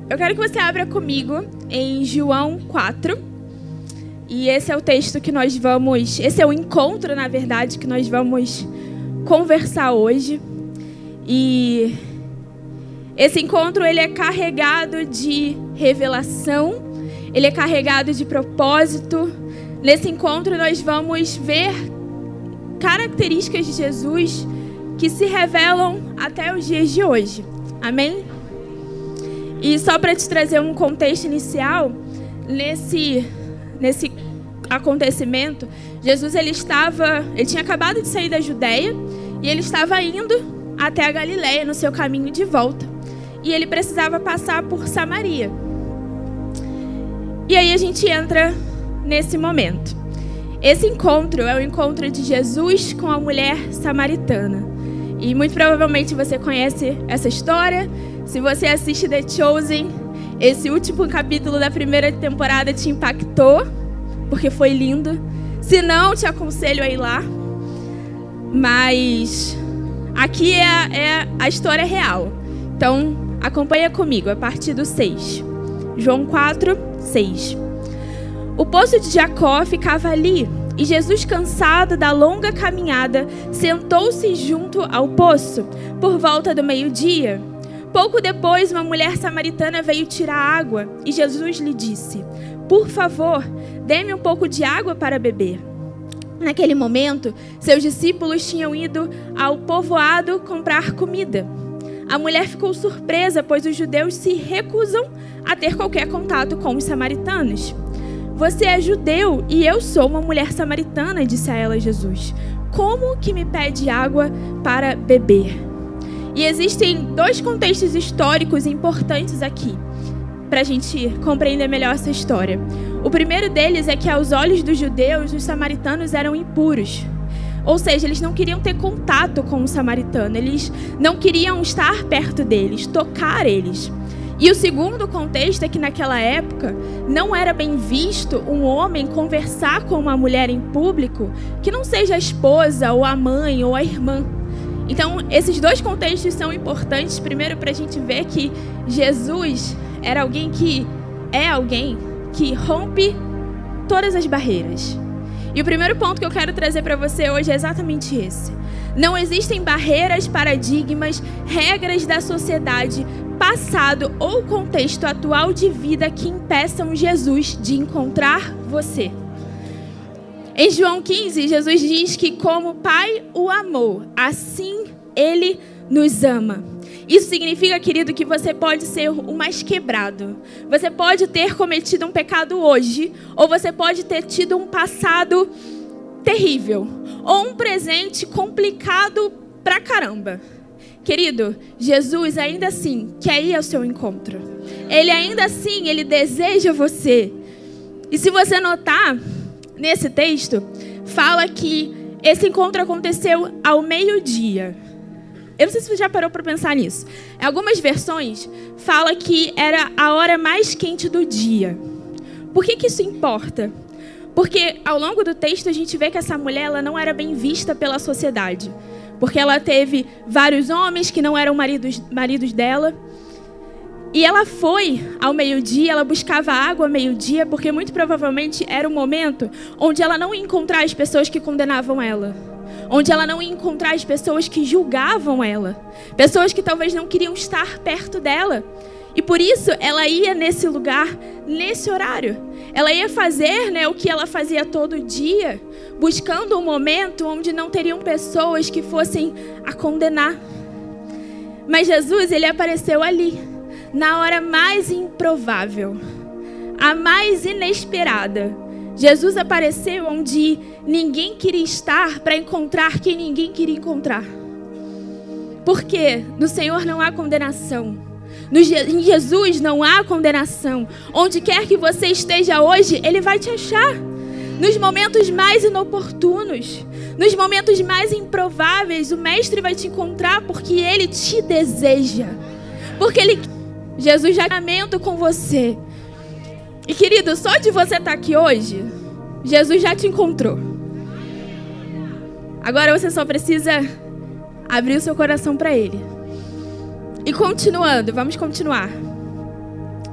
Eu quero que você abra comigo em João 4. E esse é o texto que nós vamos... Esse é o encontro, na verdade, que nós vamos conversar hoje. E esse encontro, ele é carregado de revelação. Ele é carregado de propósito. Nesse encontro, nós vamos ver características de Jesus que se revelam até os dias de hoje. Amém? E só para te trazer um contexto inicial, nesse acontecimento, Jesus ele tinha acabado de sair da Judéia e ele estava indo até a Galileia no seu caminho de volta. E ele precisava passar por Samaria. E aí a gente entra nesse momento. Esse encontro é o encontro de Jesus com a mulher samaritana. E muito provavelmente você conhece essa história. Se você assiste The Chosen, esse último capítulo da primeira temporada te impactou, porque foi lindo. Se não, te aconselho a ir lá. Mas aqui é a história real. Então, acompanha comigo a partir do 6. João 4, 6. O poço de Jacó ficava ali, e Jesus, cansado da longa caminhada, sentou-se junto ao poço, por volta do meio-dia. Pouco depois, uma mulher samaritana veio tirar água, e Jesus lhe disse: "Por favor, dê-me um pouco de água para beber." Naquele momento, seus discípulos tinham ido ao povoado comprar comida. A mulher ficou surpresa, pois os judeus se recusam a ter qualquer contato com os samaritanos. "Você é judeu e eu sou uma mulher samaritana", disse a ela Jesus. "Como que me pede água para beber?" E existem dois contextos históricos importantes aqui, para a gente compreender melhor essa história. O primeiro deles é que, aos olhos dos judeus, os samaritanos eram impuros. Ou seja, eles não queriam ter contato com o samaritano, eles não queriam estar perto deles, tocar eles. E o segundo contexto é que naquela época não era bem visto um homem conversar com uma mulher em público que não seja a esposa, ou a mãe, ou a irmã. Então, esses dois contextos são importantes, primeiro para a gente ver que Jesus é alguém que rompe todas as barreiras. E o primeiro ponto que eu quero trazer para você hoje é exatamente esse. Não existem barreiras, paradigmas, regras da sociedade, passado ou contexto atual de vida que impeçam Jesus de encontrar você. Em João 15, Jesus diz que como o Pai o amou, assim Ele nos ama. Isso significa, querido, que você pode ser o mais quebrado. Você pode ter cometido um pecado hoje, ou você pode ter tido um passado terrível, ou um presente complicado pra caramba. Querido, Jesus ainda assim quer ir ao seu encontro. Ele ainda assim, Ele deseja você. E se você notar, nesse texto, fala que esse encontro aconteceu ao meio-dia. Eu não sei se você já parou para pensar nisso. Em algumas versões, fala que era a hora mais quente do dia. Por que isso importa? Porque ao longo do texto a gente vê que essa mulher ela não era bem vista pela sociedade. Porque ela teve vários homens que não eram maridos dela. E ela foi ao meio-dia, ela buscava água ao meio-dia, porque muito provavelmente era o momento onde ela não ia encontrar as pessoas que condenavam ela. Onde ela não ia encontrar as pessoas que julgavam ela. Pessoas que talvez não queriam estar perto dela. E por isso ela ia nesse lugar, nesse horário. Ela ia fazer, o que ela fazia todo dia, buscando um momento onde não teriam pessoas que fossem a condenar. Mas Jesus, Ele apareceu ali, na hora mais improvável, a mais inesperada. Jesus apareceu onde ninguém queria estar para encontrar quem ninguém queria encontrar. Porque no Senhor não há condenação. Em Jesus não há condenação. Onde quer que você esteja hoje, Ele vai te achar. Nos momentos mais inoportunos, nos momentos mais improváveis, o Mestre vai te encontrar porque Ele te deseja. Porque Jesus já lamenta com você. E querido, só de você estar aqui hoje, Jesus já te encontrou. Agora você só precisa abrir o seu coração para Ele. E continuando, vamos continuar.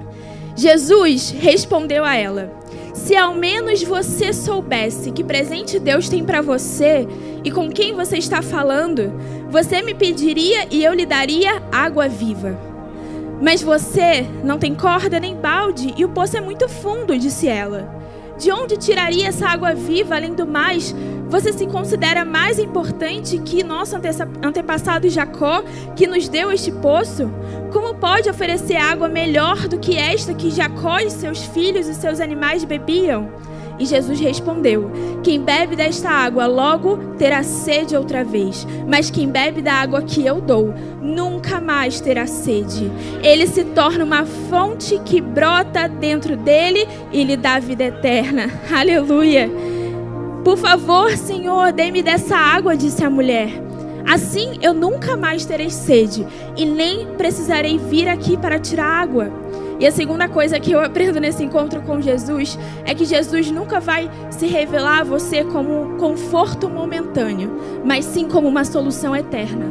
Jesus respondeu a ela: se ao menos você soubesse que presente Deus tem para você e com quem você está falando, você me pediria e eu lhe daria água viva. Mas você não tem corda nem balde e o poço é muito fundo, disse ela. De onde tiraria essa água viva? Além do mais, você se considera mais importante que nosso antepassado Jacó, que nos deu este poço? Como pode oferecer água melhor do que esta que Jacó e seus filhos e seus animais bebiam? E Jesus respondeu: quem bebe desta água logo terá sede outra vez, mas quem bebe da água que eu dou nunca mais terá sede. Ele se torna uma fonte que brota dentro dele e lhe dá vida eterna. Aleluia! Por favor, Senhor, dê-me dessa água, disse a mulher. Assim eu nunca mais terei sede e nem precisarei vir aqui para tirar água. E a segunda coisa que eu aprendo nesse encontro com Jesus é que Jesus nunca vai se revelar a você como um conforto momentâneo, mas sim como uma solução eterna.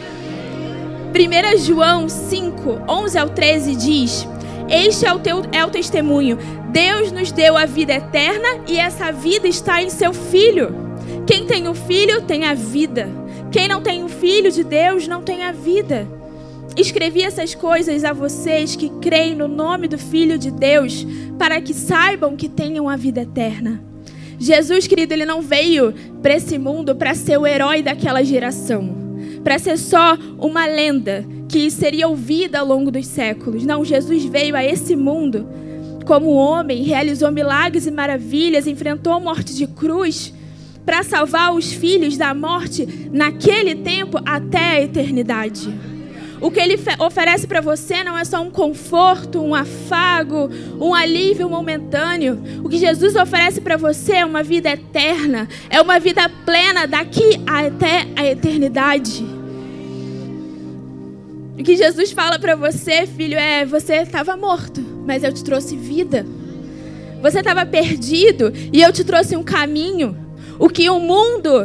1 João 5, 11 ao 13 diz: este é o testemunho. Deus nos deu a vida eterna e essa vida está em seu Filho. Quem tem o Filho tem a vida. Quem não tem o Filho de Deus não tem a vida. Escrevi essas coisas a vocês que creem no nome do Filho de Deus, para que saibam que tenham a vida eterna. Jesus, querido, ele não veio para esse mundo para ser o herói daquela geração, para ser só uma lenda que seria ouvida ao longo dos séculos. Não, Jesus veio a esse mundo como homem, realizou milagres e maravilhas, enfrentou a morte de cruz para salvar os filhos da morte naquele tempo até a eternidade. O que ele oferece para você não é só um conforto, um afago, um alívio momentâneo. O que Jesus oferece para você é uma vida eterna, é uma vida plena daqui até a eternidade. O que Jesus fala para você, filho, é: você estava morto, mas eu te trouxe vida. Você estava perdido e eu te trouxe um caminho. O que o mundo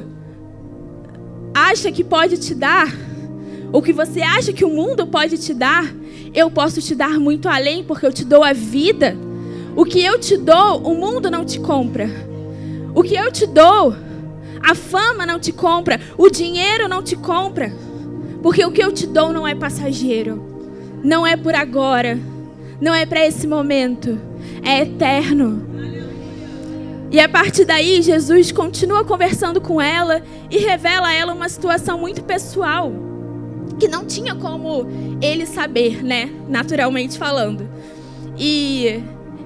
acha que pode te dar, o que você acha que o mundo pode te dar, eu posso te dar muito além, porque eu te dou a vida. O que eu te dou, o mundo não te compra. O que eu te dou, a fama não te compra, o dinheiro não te compra. Porque o que eu te dou não é passageiro, não é por agora, não é para esse momento, é eterno. E a partir daí, Jesus continua conversando com ela e revela a ela uma situação muito pessoal, que não tinha como ele saber, né, naturalmente falando. E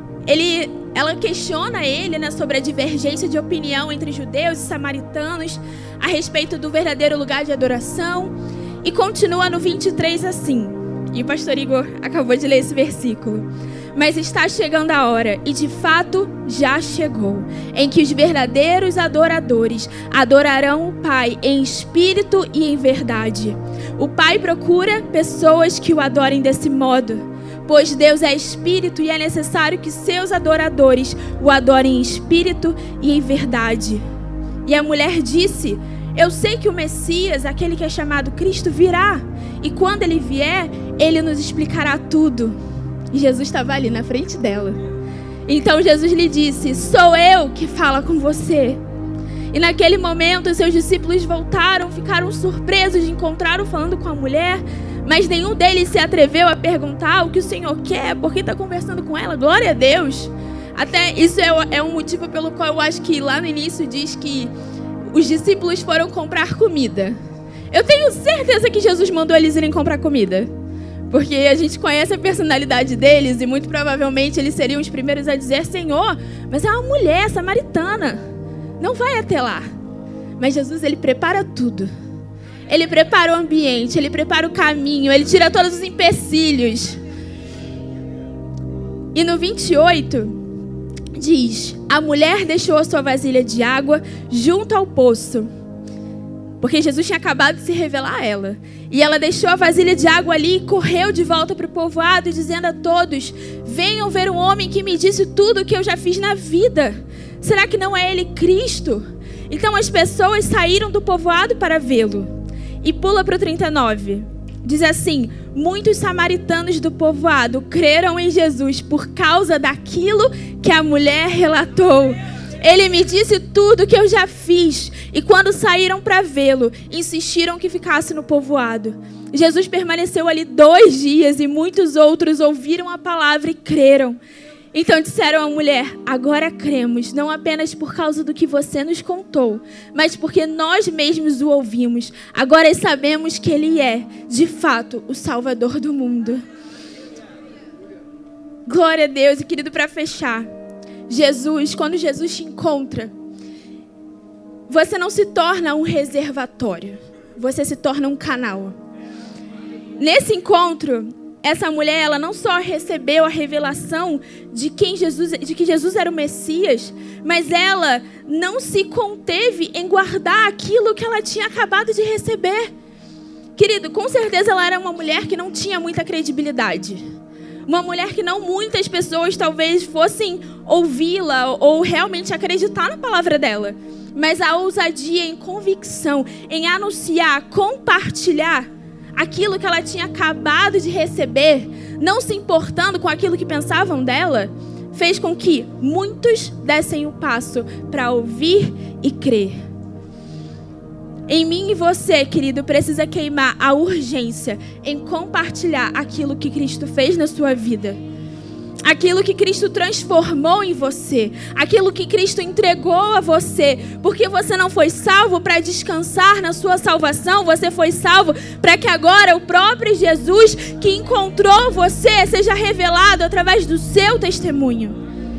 ela questiona ele, né, sobre a divergência de opinião entre judeus e samaritanos a respeito do verdadeiro lugar de adoração. E continua no 23 assim. E o pastor Igor acabou de ler esse versículo. Mas está chegando a hora, e de fato já chegou, em que os verdadeiros adoradores adorarão o Pai em espírito e em verdade. O Pai procura pessoas que o adorem desse modo, pois Deus é espírito e é necessário que seus adoradores o adorem em espírito e em verdade. E a mulher disse: eu sei que o Messias, aquele que é chamado Cristo, virá, e quando ele vier, ele nos explicará tudo. E Jesus estava ali na frente dela. Então Jesus lhe disse: sou eu que falo com você. E naquele momento os seus discípulos voltaram, ficaram surpresos de encontrá-lo falando com a mulher, mas nenhum deles se atreveu a perguntar o que o Senhor quer, porque está conversando com ela. Glória a Deus. Até isso é um motivo pelo qual eu acho que lá no início diz que os discípulos foram comprar comida. Eu tenho certeza que Jesus mandou eles irem comprar comida, porque a gente conhece a personalidade deles e muito provavelmente eles seriam os primeiros a dizer: Senhor, mas é uma mulher samaritana, não vai até lá. Mas Jesus, ele prepara tudo. Ele prepara o ambiente, ele prepara o caminho, ele tira todos os empecilhos. E no 28 diz: a mulher deixou a sua vasilha de água junto ao poço, porque Jesus tinha acabado de se revelar a ela. E ela deixou a vasilha de água ali e correu de volta para o povoado, dizendo a todos: venham ver um homem que me disse tudo o que eu já fiz na vida. Será que não é ele Cristo? Então as pessoas saíram do povoado para vê-lo. E pula para o 39. Diz assim: muitos samaritanos do povoado creram em Jesus por causa daquilo que a mulher relatou. Ele me disse tudo que eu já fiz. E quando saíram para vê-lo, insistiram que ficasse no povoado. Jesus permaneceu ali 2 dias e muitos outros ouviram a palavra e creram. Então disseram à mulher: agora cremos, não apenas por causa do que você nos contou, mas porque nós mesmos o ouvimos. Agora sabemos que ele é, de fato, o Salvador do mundo. Glória a Deus. E querido, para fechar, quando Jesus te encontra, você não se torna um reservatório, você se torna um canal. Nesse encontro, essa mulher, ela não só recebeu a revelação de que Jesus era o Messias, mas ela não se conteve em guardar aquilo que ela tinha acabado de receber. Querido, com certeza ela era uma mulher que não tinha muita credibilidade. Uma mulher que não muitas pessoas talvez fossem ouvi-la ou realmente acreditar na palavra dela. Mas a ousadia em convicção, em anunciar, compartilhar aquilo que ela tinha acabado de receber, não se importando com aquilo que pensavam dela, fez com que muitos dessem o passo para ouvir e crer. Em mim e você, querido, precisa queimar a urgência em compartilhar aquilo que Cristo fez na sua vida. Aquilo que Cristo transformou em você. Aquilo que Cristo entregou a você. Porque você não foi salvo para descansar na sua salvação. Você foi salvo para que agora o próprio Jesus que encontrou você seja revelado através do seu testemunho.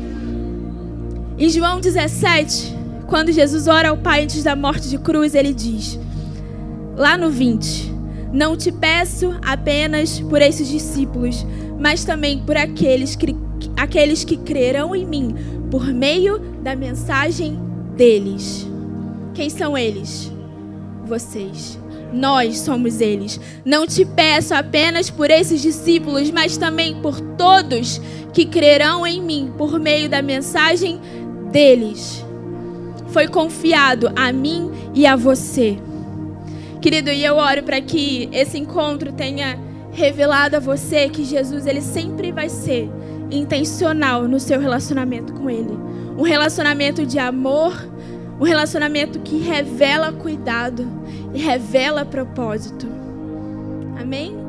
Em João 17, quando Jesus ora ao Pai antes da morte de cruz, ele diz, lá no 20, não te peço apenas por esses discípulos, mas também por aqueles que crerão em mim, por meio da mensagem deles. Quem são eles? Vocês. Nós somos eles. Não te peço apenas por esses discípulos, mas também por todos que crerão em mim, por meio da mensagem deles. Foi confiado a mim e a você. Querido, e eu oro para que esse encontro tenha revelado a você que Jesus, ele sempre vai ser intencional no seu relacionamento com ele. Um relacionamento de amor, um relacionamento que revela cuidado e revela propósito. Amém?